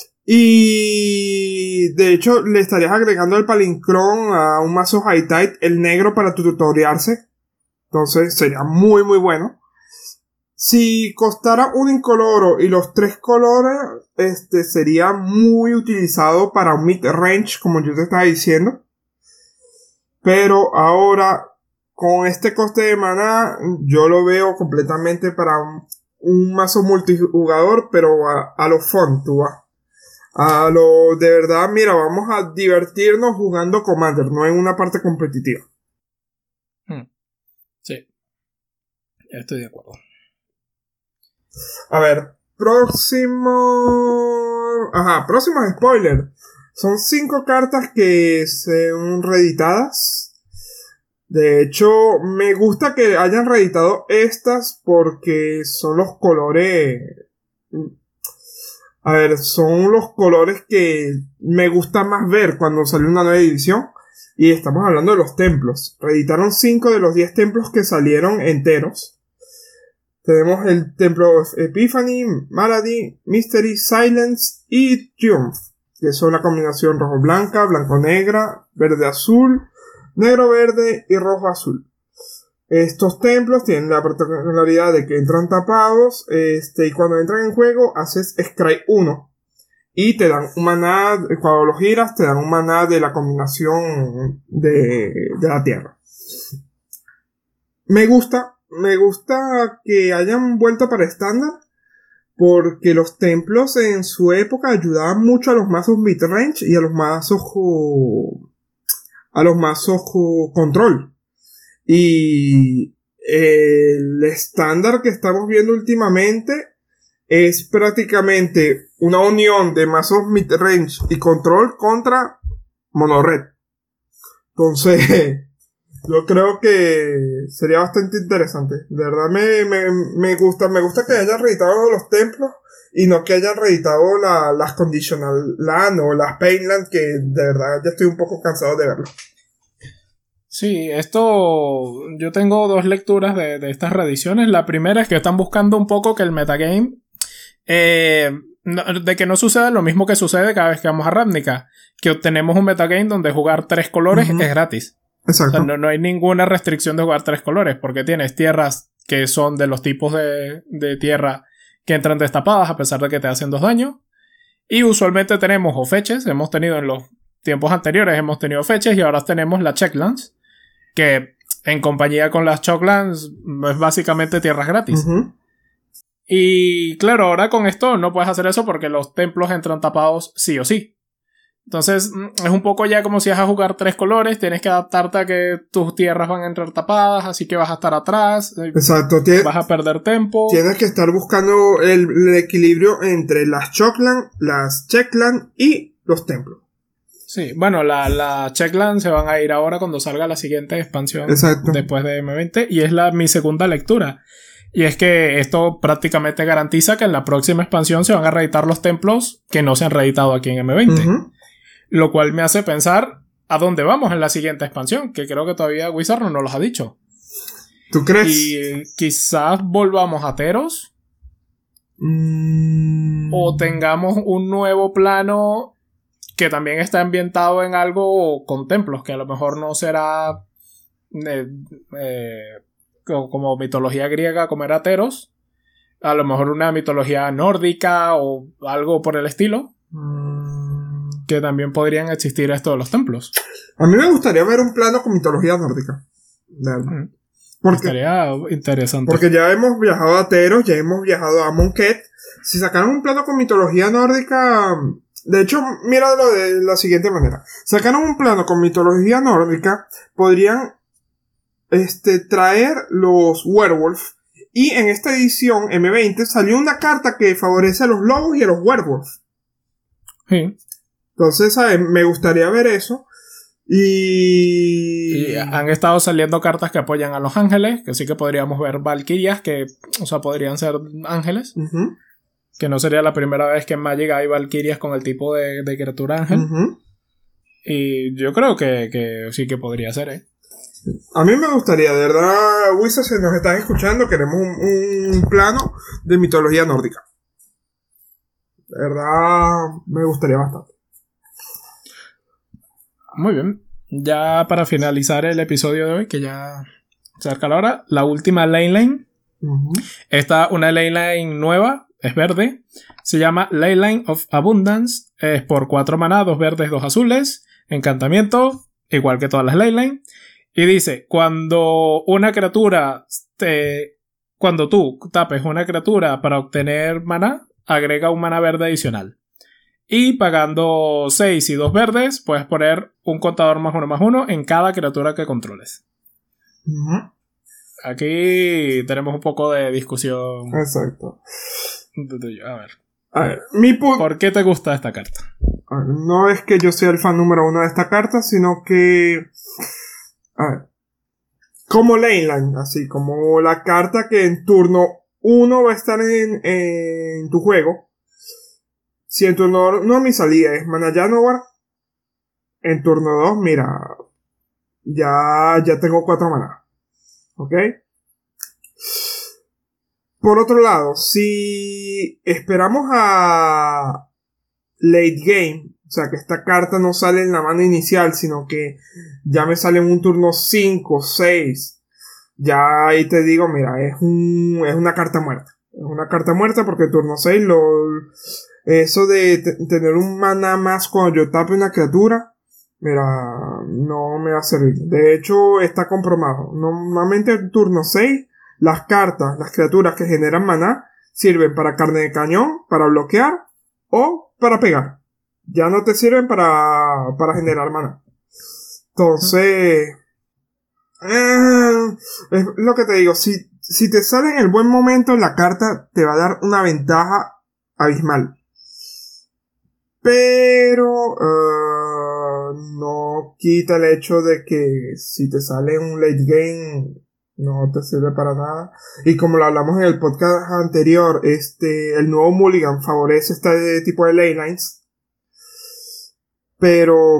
B: Y de hecho, le estarías agregando el Palincron a un mazo High Tide, el negro para tutoriarse. Entonces sería muy muy bueno. Si costara un incoloro y los tres colores, este sería muy utilizado para un mid-range, como yo te estaba diciendo. Pero ahora, con este coste de maná, yo lo veo completamente para un, un mazo multijugador, pero a, a lo fun, tú vas. A lo de verdad, mira, vamos a divertirnos jugando Commander, no en una parte competitiva.
A: Hmm. Sí, estoy de acuerdo.
B: A ver, próximo... Ajá, próximo spoiler. Son cinco cartas que son reeditadas. De hecho, me gusta que hayan reeditado estas porque son los colores... A ver, son los colores que me gusta más ver cuando sale una nueva edición. Y estamos hablando de los templos. Reeditaron cinco de los diez templos que salieron enteros. Tenemos el Templo of Epiphany, Malady, Mystery, Silence y Triumph, que son la combinación rojo-blanca, blanco-negra, verde-azul, negro-verde y rojo-azul. Estos templos tienen la particularidad de que entran tapados, este, y cuando entran en juego haces Scry uno y te dan un maná, cuando lo giras te dan un maná de la combinación de, de la tierra. Me gusta. Me gusta que hayan vuelto para estándar, porque los templos en su época ayudaban mucho a los mazos midrange y a los mazos co- a los mazos co- control. Y el estándar que estamos viendo últimamente es prácticamente una unión de mazos midrange y control contra mono-red. Entonces, yo creo que sería bastante interesante. De verdad me, me, me gusta, me gusta que hayan reeditado los templos y no que hayan reeditado la, las Conditional Land o las Painland, que de verdad ya estoy un poco cansado de verlo.
A: Sí, esto yo tengo dos lecturas de, de estas reediciones. La primera es que están buscando un poco que el metagame eh, no, de que no suceda lo mismo que sucede cada vez que vamos a Ravnica, que obtenemos un metagame donde jugar tres colores uh-huh. es gratis.
B: Exacto.
A: O sea, no, no hay ninguna restricción de jugar tres colores, porque tienes tierras que son de los tipos de, de tierra que entran destapadas a pesar de que te hacen dos daños. Y usualmente tenemos o fetches, hemos tenido en los tiempos anteriores, hemos tenido fetches y ahora tenemos las checklands, que en compañía con las Choclands es básicamente tierras gratis.
B: Uh-huh.
A: Y claro, ahora con esto no puedes hacer eso porque los templos entran tapados sí o sí. Entonces es un poco ya como si vas a jugar tres colores, tienes que adaptarte a que tus tierras van a entrar tapadas, así que vas a estar atrás.
B: Exacto.
A: Vas a perder tiempo.
B: Tienes que estar buscando el, el equilibrio entre las Chocland, las Checkland y los templos.
A: Sí, bueno, la, la Checkland se van a ir ahora cuando salga la siguiente expansión.
B: Exacto.
A: Después de eme veinte, y es la, mi segunda lectura. Y es que esto prácticamente garantiza que en la próxima expansión se van a reeditar los templos que no se han reeditado aquí en eme veinte. Uh-huh. Lo cual me hace pensar a dónde vamos en la siguiente expansión, que creo que todavía Wizard no nos los ha dicho.
B: ¿Tú crees?
A: Y quizás volvamos a Teros.
B: Mm.
A: O tengamos un nuevo plano que también está ambientado en algo con templos, que a lo mejor no será eh, eh, como mitología griega como era Teros, a lo mejor una mitología nórdica o algo por el estilo,
B: mm.
A: que también podrían existir esto de los templos.
B: A mí me gustaría ver un plano con mitología nórdica, de verdad.
A: Mm.
B: Porque,
A: Estaría interesante.
B: Porque ya hemos viajado a Teros, ya hemos viajado a Monket. Si sacaran un plano con mitología nórdica... De hecho, míralo de la siguiente manera. Sacaron un plano con mitología nórdica, podrían este, traer los werewolf. Y en esta edición eme veinte salió una carta que favorece a los lobos y a los werewolf.
A: Sí.
B: Entonces, ¿sabes? Me gustaría ver eso. Y...
A: y han estado saliendo cartas que apoyan a los ángeles, que sí que podríamos ver valquirias, que, o sea, podrían ser ángeles.
B: Uh-huh.
A: Que no sería la primera vez que en Magic hay valquirias con el tipo de, de criatura ángel.
B: Uh-huh.
A: Y yo creo que, que sí que podría ser, ¿eh?
B: A mí me gustaría, de verdad, Wizard, si nos están escuchando, queremos un, un plano de mitología nórdica. De verdad, me gustaría bastante.
A: Muy bien. Ya para finalizar el episodio de hoy, que ya se acerca la hora, la última lane line.
B: Uh-huh.
A: Esta, una lane line nueva. Es verde, se llama Leyline of Abundance, es por cuatro maná, dos verdes, dos azules, encantamiento, igual que todas las Leyline, y dice, cuando una criatura, te, cuando tú tapes una criatura para obtener maná, agrega un maná verde adicional, y pagando seis y dos verdes, puedes poner un contador más uno más uno en cada criatura que controles.
B: Uh-huh.
A: Aquí tenemos un poco de discusión.
B: Exacto.
A: A ver.
B: A ver, mi punto.
A: ¿Por qué te gusta esta carta?
B: A ver, no es que yo sea el fan número uno de esta carta, sino que... A ver. Como Leyline, así, como la carta que en turno uno va a estar en, en tu juego. Si en turno uno mi salida es Mana Janowar, en turno dos, mira, ya, ya tengo cuatro maná. ¿Ok? Por otro lado, si esperamos a late game, o sea que esta carta no sale en la mano inicial, sino que ya me sale en un turno cinco, seis, ya ahí te digo, mira, es, un, es una carta muerta. Es una carta muerta porque turno seis, lo, eso de t- tener un mana más cuando yo tape una criatura, mira, no me va a servir. De hecho, está comprobado. Normalmente en turno seis, las cartas, las criaturas que generan maná, sirven para carne de cañón, para bloquear o para pegar. Ya no te sirven para, para generar mana. Entonces, eh, es lo que te digo, si, si te sale en el buen momento, la carta te va a dar una ventaja abismal. Pero uh, no quita el hecho de que si te sale un late game no te sirve para nada. Y como lo hablamos en el podcast anterior, este el nuevo Mulligan favorece este tipo de leylines. Pero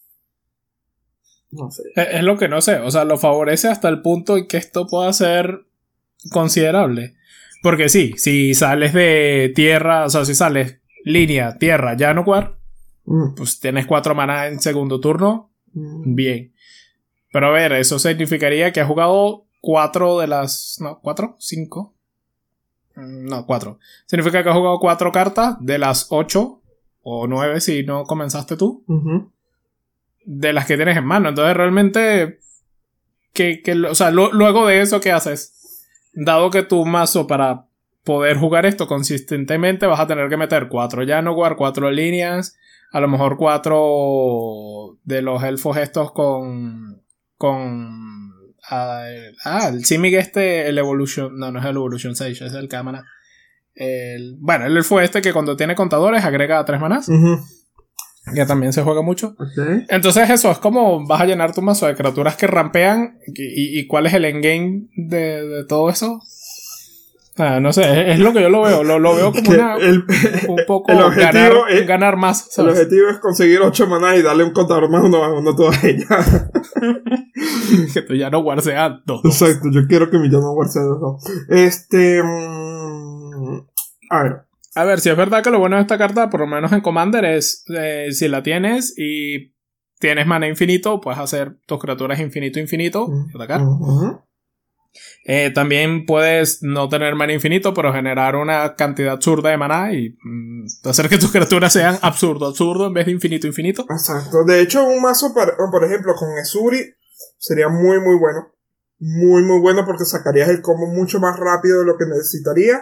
B: no sé.
A: Es lo que no sé, o sea, lo favorece hasta el punto en que esto pueda ser considerable. Porque sí, si sales de tierra, o sea, si sales línea, tierra, Januar, mm. pues tienes cuatro maná en segundo turno, mm. bien. Pero a ver, eso significaría que has jugado cuatro de las... No, ¿cuatro? ¿Cinco? No, cuatro. Significa que has jugado cuatro cartas de las ocho o nueve si no comenzaste tú. Uh-huh. De las que tienes en mano. Entonces realmente... Que, que, o sea, lo, luego de eso, ¿qué haces? Dado que tu mazo para poder jugar esto consistentemente vas a tener que meter cuatro Januar, cuatro líneas, a lo mejor cuatro de los elfos estos con con ah, el, ah, el Simic este, el Evolution, no, no es el Evolution Sage, es el cámara. El, bueno, el elfo este que cuando tiene contadores agrega tres manás. Uh-huh. Que también se juega mucho. Okay. Entonces eso, es como vas a llenar tu mazo de criaturas que rampean. ¿Y, y, y cuál es el endgame de, de todo eso? Ah, no sé, es, es lo que yo lo veo. Lo, lo veo como una, el, un poco
B: el objetivo
A: ganar,
B: es,
A: ganar más, ¿sabes?
B: El objetivo es conseguir ocho manás y darle un contador más uno a uno a todas ellas.
A: Que tú ya no guardeas dos.
B: Exacto, yo quiero que mi ya no guardee dos. Este... Mmm, a ver.
A: A ver, si es verdad que lo bueno de esta carta, por lo menos en Commander, es eh, si la tienes y tienes mana infinito, puedes hacer tus criaturas infinito, infinito y atacar. Uh-huh. Eh, también puedes no tener mana infinito, pero generar una cantidad absurda de maná y mm, hacer que tus criaturas sean absurdo, absurdo en vez de infinito, infinito.
B: Exacto. De hecho, un mazo, para, por ejemplo, con Ezuri sería muy, muy bueno. Muy, muy bueno porque sacarías el combo mucho más rápido de lo que necesitaría.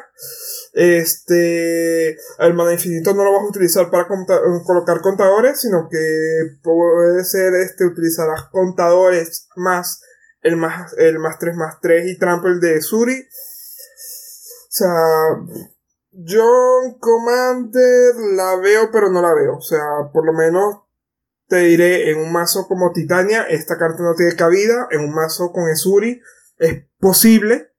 B: Este, el mana infinito no lo vas a utilizar para conta- colocar contadores, sino que puede ser, este, utilizarás contadores más el más, el más tres más tres y trample de Ezuri. O sea, yo en Commander la veo, pero no la veo. O sea, por lo menos te diré, en un mazo como Titania, esta carta no tiene cabida. En un mazo con Ezuri es posible.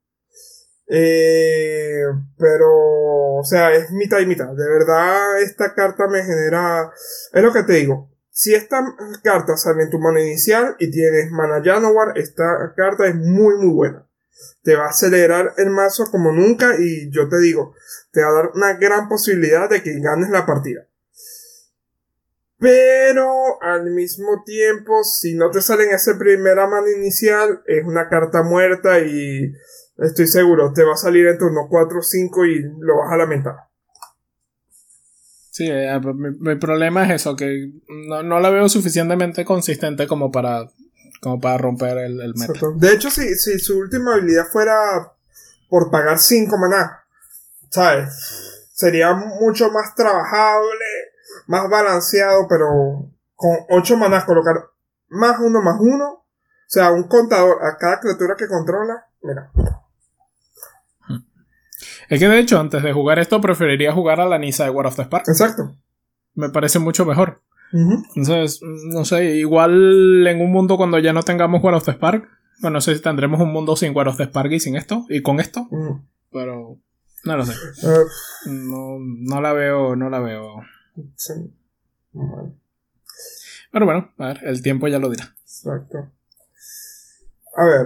B: Eh, pero, o sea, es mitad y mitad. De verdad, esta carta me genera... Es lo que te digo. Si esta carta sale en tu mano inicial y tienes mana Januar, esta carta es muy muy buena. Te va a acelerar el mazo como nunca y yo te digo, te va a dar una gran posibilidad de que ganes la partida. Pero al mismo tiempo, si no te sale en esa primera mano inicial, es una carta muerta y estoy seguro, te va a salir en turno cuatro o cinco y lo vas a lamentar.
A: Sí, eh, mi, mi problema es eso, que no, no la veo suficientemente consistente como para, como para romper el, el meta.
B: De hecho, si, si su última habilidad fuera por pagar cinco maná, ¿sabes? Sería mucho más trabajable, más balanceado, pero con ocho manás colocar más uno más uno, o sea, un contador a cada criatura que controla, mira.
A: Es que de hecho, antes de jugar esto, preferiría jugar a la Nissa de War of the Spark.
B: Exacto.
A: Me parece mucho mejor.
B: Uh-huh.
A: Entonces, no sé, igual en un mundo cuando ya no tengamos War of the Spark, bueno, no sé si tendremos un mundo sin War of the Spark y sin esto, y con esto, uh-huh. Pero no lo sé. Uh, no, no la veo, no la veo.
B: Sí. Uh-huh.
A: Pero bueno, a ver, el tiempo ya lo dirá.
B: Exacto. A ver,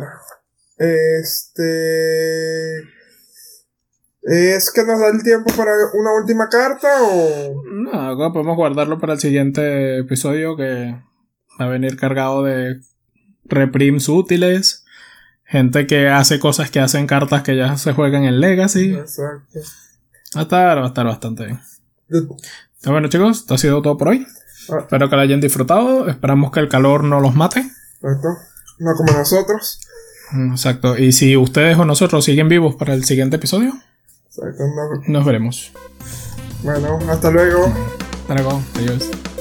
B: este... ¿Es que nos da el tiempo para una última carta o...?
A: No, podemos guardarlo para el siguiente episodio, que va a venir cargado de reprims útiles, gente que hace cosas que hacen cartas que ya se juegan en Legacy.
B: Exacto.
A: Va a estar, va a estar bastante bien. Bueno, chicos, esto ha sido todo por hoy. Ah. Espero que lo hayan disfrutado. Esperamos que el calor no los mate.
B: Exacto. No como nosotros.
A: Exacto. Y si ustedes o nosotros siguen vivos para el siguiente episodio,
B: Exacto, no.
A: Nos veremos.
B: Bueno, hasta luego.
A: Hasta luego. Adiós.